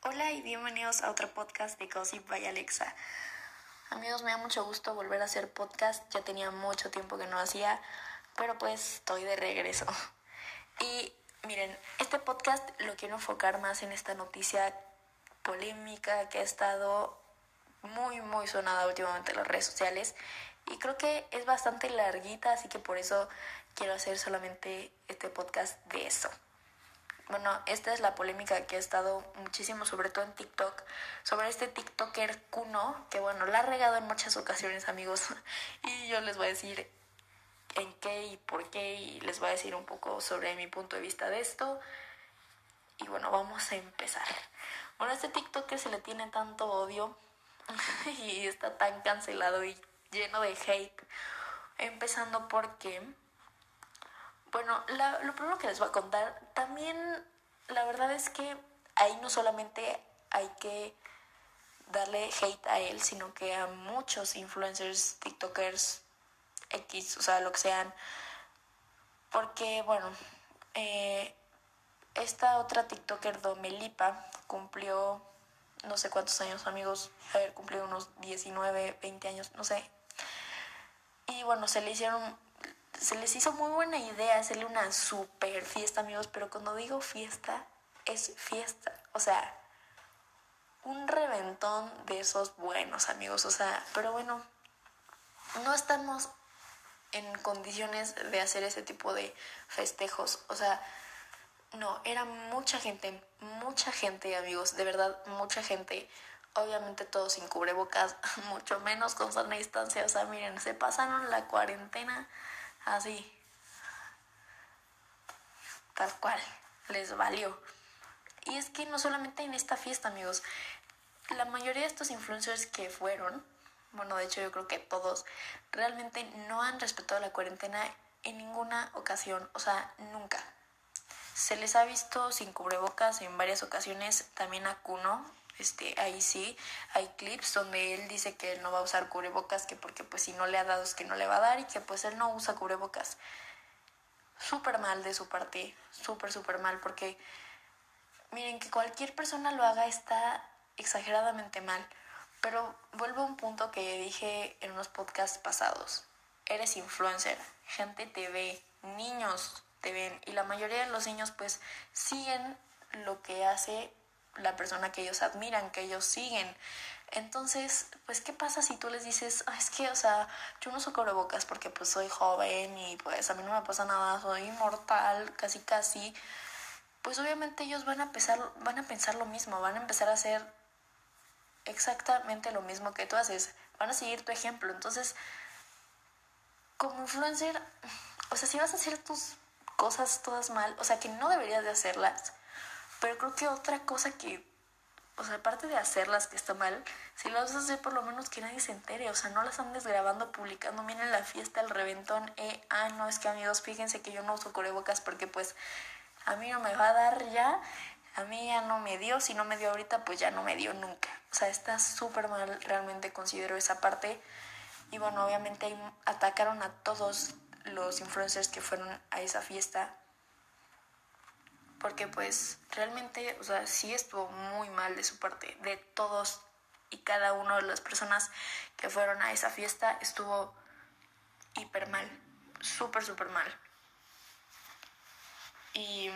Hola y bienvenidos a otro podcast de Gossip by Alexa. Amigos, me da mucho gusto volver a hacer podcast. Ya tenía mucho tiempo que no hacía, pero pues estoy de regreso. Y miren, este podcast lo quiero enfocar más en esta noticia polémica que ha estado muy sonada últimamente en las redes sociales. Y creo que es bastante larguita, así que por eso quiero hacer solamente este podcast de eso. Bueno, esta es la polémica que ha estado muchísimo, sobre todo en TikTok, sobre este TikToker Kuno, que bueno, la ha regado en muchas ocasiones, amigos, y yo les voy a decir en qué y por qué, y les voy a decir un poco sobre mi punto de vista de esto, y bueno, vamos a empezar. Bueno, a este TikToker se le tiene tanto odio, y está tan cancelado y lleno de hate, empezando porque... Bueno, lo primero que les voy a contar, también la verdad es que ahí no solamente hay que darle hate a él, sino que a muchos influencers, TikTokers, X, o sea, lo que sean. Porque, bueno, esta otra TikToker, Domelipa, cumplió no sé cuántos años, amigos, cumplió unos 19, 20 años, no sé. Y bueno, se les hizo muy buena idea hacerle una super fiesta, amigos, pero cuando digo fiesta, es fiesta. O sea, un reventón de esos buenos, amigos. O sea, pero bueno, no estamos en condiciones de hacer ese tipo de festejos. O sea, no, era mucha gente, amigos, de verdad, mucha gente. Obviamente todos sin cubrebocas, mucho menos con sana distancia. O sea, miren, se pasaron la cuarentena así, tal cual, les valió. Y es que no solamente en esta fiesta, amigos, la mayoría de estos influencers que fueron, bueno, de hecho yo creo que todos, realmente no han respetado la cuarentena en ninguna ocasión, o sea, nunca. Se les ha visto sin cubrebocas en varias ocasiones, también a Kuno, ahí sí, hay clips donde él dice que él no va a usar cubrebocas, que porque pues si no le ha dado es que no le va a dar y que pues él no usa cubrebocas. Súper mal de su parte, súper mal, porque miren, que cualquier persona lo haga está exageradamente mal. Pero vuelvo a un punto que dije en unos podcasts pasados. Eres influencer, gente te ve, niños te ven y la mayoría de los niños pues siguen lo que hace la persona que ellos admiran, que ellos siguen. Entonces, pues, ¿qué pasa si tú les dices, es que, o sea, yo no uso cubrebocas porque pues soy joven y pues a mí no me pasa nada, soy inmortal, casi, pues obviamente ellos van a pensar lo mismo, van a empezar a hacer exactamente lo mismo que tú haces, van a seguir tu ejemplo. Entonces, como influencer, o sea, si vas a hacer tus cosas todas mal, o sea, que no deberías de hacerlas, pero creo que otra cosa que, o sea, aparte de hacerlas que está mal, si lo vas a hacer por lo menos que nadie se entere, o sea, no las andes grabando, publicando, miren la fiesta, el reventón, no, es que amigos, fíjense que yo no uso cubrebocas porque pues a mí no me va a dar ya, a mí ya no me dio, si no me dio ahorita, pues ya no me dio nunca. O sea, está súper mal, realmente considero esa parte. Y bueno, obviamente atacaron a todos los influencers que fueron a esa fiesta, porque pues realmente, o sea, sí estuvo muy mal de su parte, de todos y cada una de las personas que fueron a esa fiesta estuvo hiper mal, súper mal. Y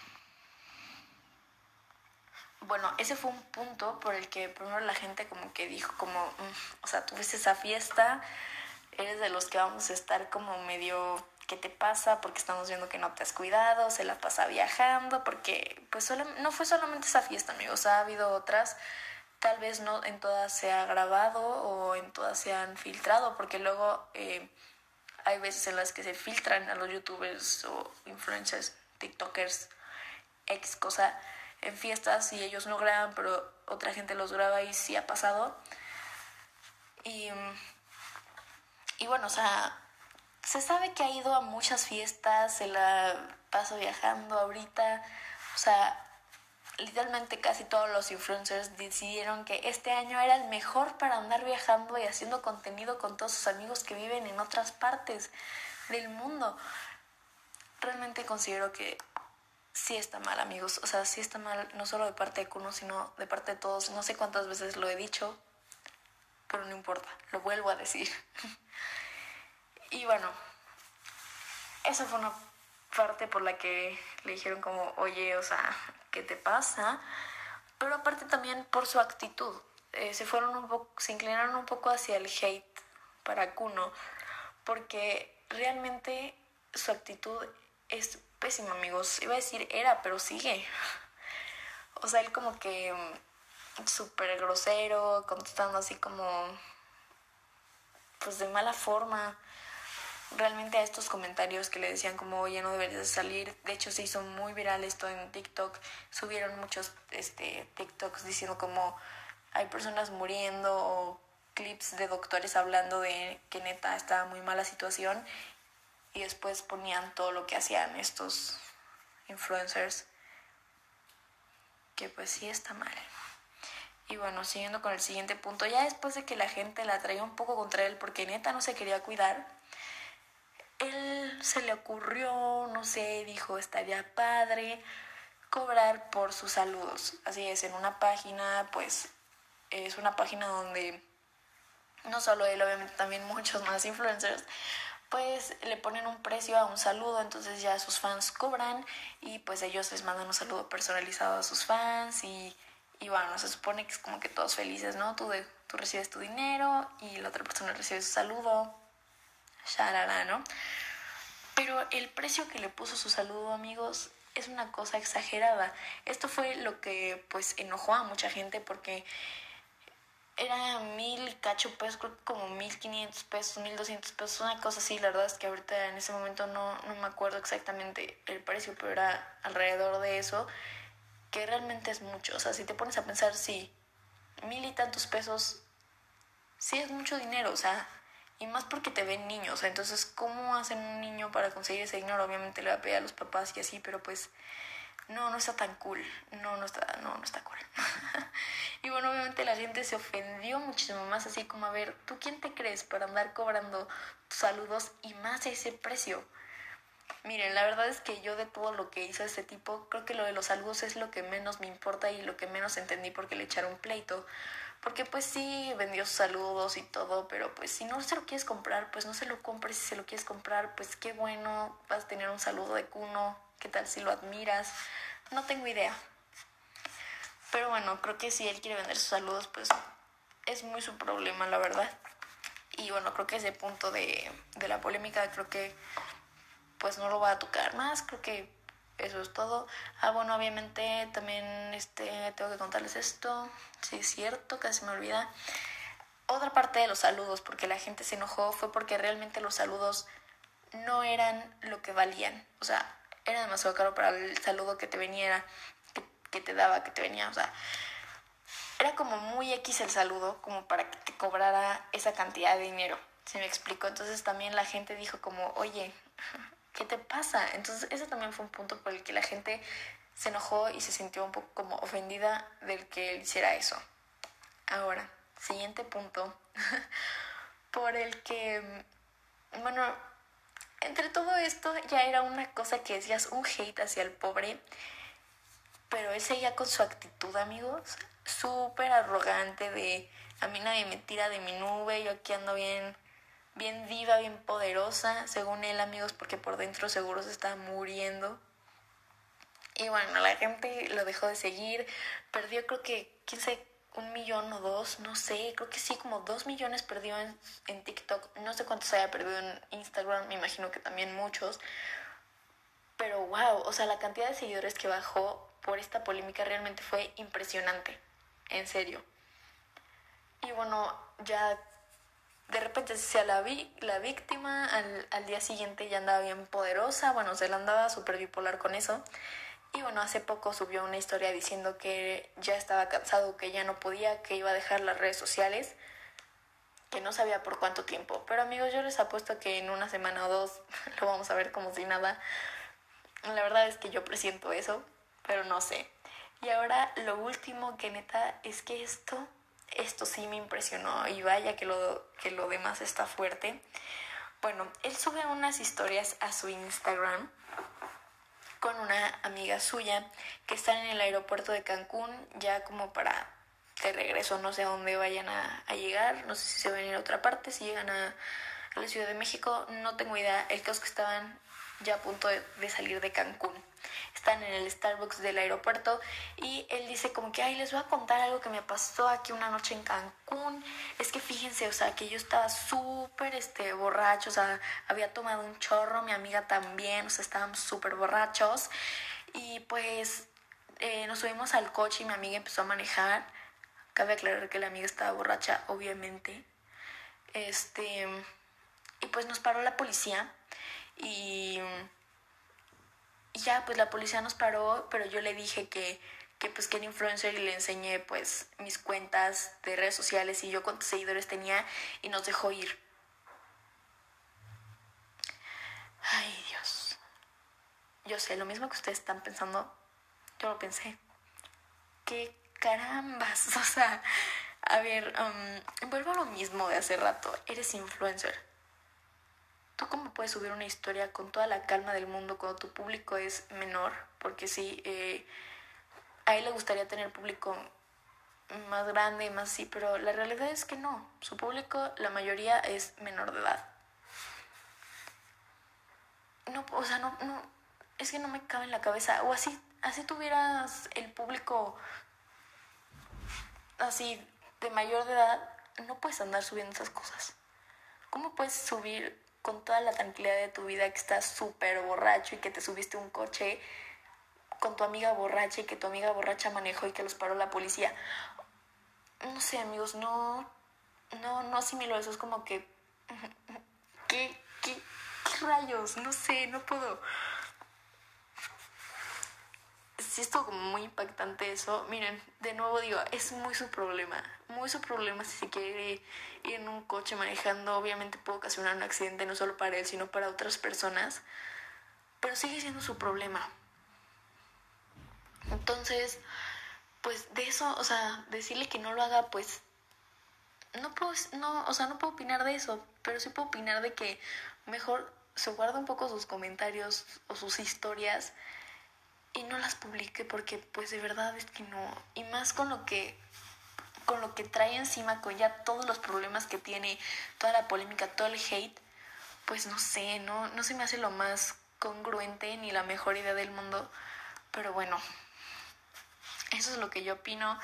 bueno, ese fue un punto por el que primero la gente como que dijo como, o sea, tú fuiste a esa fiesta, eres de los que vamos a estar como medio, ¿qué te pasa? Porque estamos viendo que no te has cuidado, se la pasa viajando, porque pues no fue solamente esa fiesta, amigos, ha habido otras, tal vez no en todas se ha grabado o en todas se han filtrado, porque luego hay veces en las que se filtran a los youtubers o influencers, tiktokers, X cosa en fiestas y ellos no graban, pero otra gente los graba y sí ha pasado. Y bueno, o sea, se sabe que ha ido a muchas fiestas, se la pasa viajando ahorita, o sea, literalmente casi todos los influencers decidieron que este año era el mejor para andar viajando y haciendo contenido con todos sus amigos que viven en otras partes del mundo. Realmente considero que sí está mal, amigos. O sea, sí está mal, no solo de parte de Kuno, sino de parte de todos. No sé cuántas veces lo he dicho, pero no importa, lo vuelvo a decir. Y bueno, esa fue una parte por la que le dijeron como, oye, o sea, ¿qué te pasa? Pero aparte también por su actitud. Se inclinaron un poco hacia el hate para Kuno, porque realmente su actitud es pésima, amigos. Iba a decir era, pero sigue. O sea, él como que súper grosero, contestando así como, pues de mala forma, realmente a estos comentarios que le decían como, oye, no deberías de salir. De hecho, se hizo muy viral esto en TikTok. Subieron muchos TikToks diciendo como hay personas muriendo o clips de doctores hablando de que neta estaba muy mala situación, y después ponían todo lo que hacían estos influencers, que pues sí está mal. Y bueno, siguiendo con el siguiente punto, ya después de que la gente la traía un poco contra él porque neta no se quería cuidar, él se le ocurrió, no sé, dijo estaría padre cobrar por sus saludos. Así es, en una página, pues es una página donde no solo él, obviamente también muchos más influencers, pues le ponen un precio a un saludo. Entonces ya sus fans cobran y pues ellos les mandan un saludo personalizado a sus fans y bueno, se supone que es como que todos felices, ¿no? Tú recibes tu dinero y la otra persona recibe su saludo, shalala, ¿no? Pero el precio que le puso su saludo, amigos, es una cosa exagerada. Esto fue lo que pues enojó a mucha gente porque era 1,000 cacho pesos, creo que como 1,500 pesos, 1,200 pesos, una cosa así. La verdad es que ahorita en ese momento no me acuerdo exactamente el precio, pero era alrededor de eso, que realmente es mucho. O sea, si te pones a pensar, sí, 1,000 y tantos pesos, sí es mucho dinero, o sea, y más porque te ven niños. Entonces, ¿cómo hacen un niño para conseguir ese dinero? Obviamente le va a pedir a los papás y así, pero pues no está tan cool. No está cool. Y bueno, obviamente la gente se ofendió muchísimo más, así como, a ver, ¿tú quién te crees para andar cobrando saludos y más a ese precio? Miren, la verdad es que yo de todo lo que hizo este tipo, creo que lo de los saludos es lo que menos me importa y lo que menos entendí porque le echaron pleito. Porque pues sí, vendió sus saludos y todo, pero pues si no se lo quieres comprar, pues no se lo compres. Si se lo quieres comprar, pues qué bueno, vas a tener un saludo de Kuno. ¿Qué tal si lo admiras? No tengo idea. Pero bueno, creo que si él quiere vender sus saludos, pues es muy su problema, la verdad. Y bueno, creo que ese punto de la polémica, creo que pues no lo va a tocar más. Creo que eso es todo. Bueno, obviamente también tengo que contarles esto. Sí, es cierto, casi me olvida. Otra parte de los saludos, porque la gente se enojó, fue porque realmente los saludos no eran lo que valían. O sea, era demasiado caro para el saludo que te veniera, que te daba, que te venía. O sea, era como muy X el saludo, como para que te cobrara esa cantidad de dinero. ¿Sí me explico? Entonces también la gente dijo como, oye, ¿qué te pasa? Entonces ese también fue un punto por el que la gente se enojó y se sintió un poco como ofendida del que él hiciera eso. Ahora, siguiente punto por el que, bueno, entre todo esto ya era una cosa que decías, un hate hacia el pobre, pero él seguía con su actitud, amigos, súper arrogante de a mí nadie me tira de mi nube, yo aquí ando bien diva, bien poderosa, según él, amigos, porque por dentro seguro se estaba muriendo. Y bueno, la gente lo dejó de seguir, perdió creo que, 1,000,000 o 2, no sé, creo que sí, como 2 millones perdió en TikTok, no sé cuántos haya perdido en Instagram, me imagino que también muchos, pero wow, o sea, la cantidad de seguidores que bajó por esta polémica realmente fue impresionante, en serio. Y bueno, ya de repente se hacía la víctima, al día siguiente ya andaba bien poderosa, bueno, se la andaba súper bipolar con eso. Y bueno, hace poco subió una historia diciendo que ya estaba cansado, que ya no podía, que iba a dejar las redes sociales, que no sabía por cuánto tiempo. Pero amigos, yo les apuesto que en una semana o dos lo vamos a ver como si nada. La verdad es que yo presiento eso, pero no sé. Y ahora lo último, que neta es que esto sí me impresionó, y vaya que lo demás está fuerte. Bueno, él sube unas historias a su Instagram con una amiga suya que están en el aeropuerto de Cancún, ya como para de regreso, no sé a dónde vayan a llegar, no sé si se van a ir a otra parte, si llegan a la Ciudad de México, no tengo idea. El caso es que estaban ya a punto de salir de Cancún. Están en el Starbucks del aeropuerto y él dice como que, ay, les voy a contar algo que me pasó aquí una noche en Cancún. Es que fíjense, o sea, que yo estaba súper borracho, o sea, había tomado un chorro, mi amiga también, o sea, estábamos súper borrachos. Y pues nos subimos al coche y mi amiga empezó a manejar. Cabe aclarar que la amiga estaba borracha, obviamente. Y pues nos paró la policía y ya pues la policía nos paró, pero yo le dije que pues que era influencer y le enseñé pues mis cuentas de redes sociales y yo cuántos seguidores tenía y nos dejó ir. Ay, Dios. Yo sé, lo mismo que ustedes están pensando, yo lo pensé. ¿Qué carambas? O sea, a ver, vuelvo a lo mismo de hace rato. Eres influencer. ¿Tú cómo puedes subir una historia con toda la calma del mundo cuando tu público es menor? Porque sí, a él le gustaría tener público más grande y más así, pero la realidad es que no. Su público, la mayoría es menor de edad. No, o sea, no, es que no me cabe en la cabeza. O así tuvieras el público así de mayor de edad, no puedes andar subiendo esas cosas. ¿Cómo puedes subir con toda la tranquilidad de tu vida que estás súper borracho y que te subiste a un coche con tu amiga borracha y que tu amiga borracha manejó y que los paró la policía? No sé, amigos, no asimilo eso. Es como que ¿qué rayos? No sé, no puedo. Sí, es todo como muy impactante eso. Miren, de nuevo digo, es muy su problema si se quiere ir en un coche manejando. Obviamente puede ocasionar un accidente no solo para él, sino para otras personas, pero sigue siendo su problema. Entonces, pues de eso, o sea, decirle que no lo haga, pues no puedo opinar de eso, pero sí puedo opinar de que mejor se guarda un poco sus comentarios o sus historias y no las publique, porque pues de verdad es que no. Y más con lo que trae encima, con ya todos los problemas que tiene, toda la polémica, todo el hate, pues no sé, no se me hace lo más congruente ni la mejor idea del mundo. Pero bueno, eso es lo que yo opino.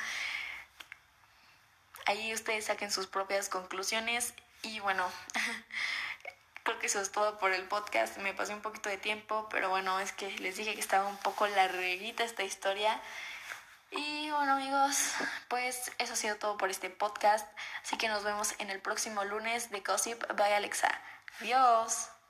Ahí ustedes saquen sus propias conclusiones. Y bueno, creo que eso es todo por el podcast. Me pasé un poquito de tiempo, pero bueno, es que les dije que estaba un poco larguita esta historia. Y bueno, amigos, pues eso ha sido todo por este podcast. Así que nos vemos en el próximo lunes de Gossip by Alexa. Adiós.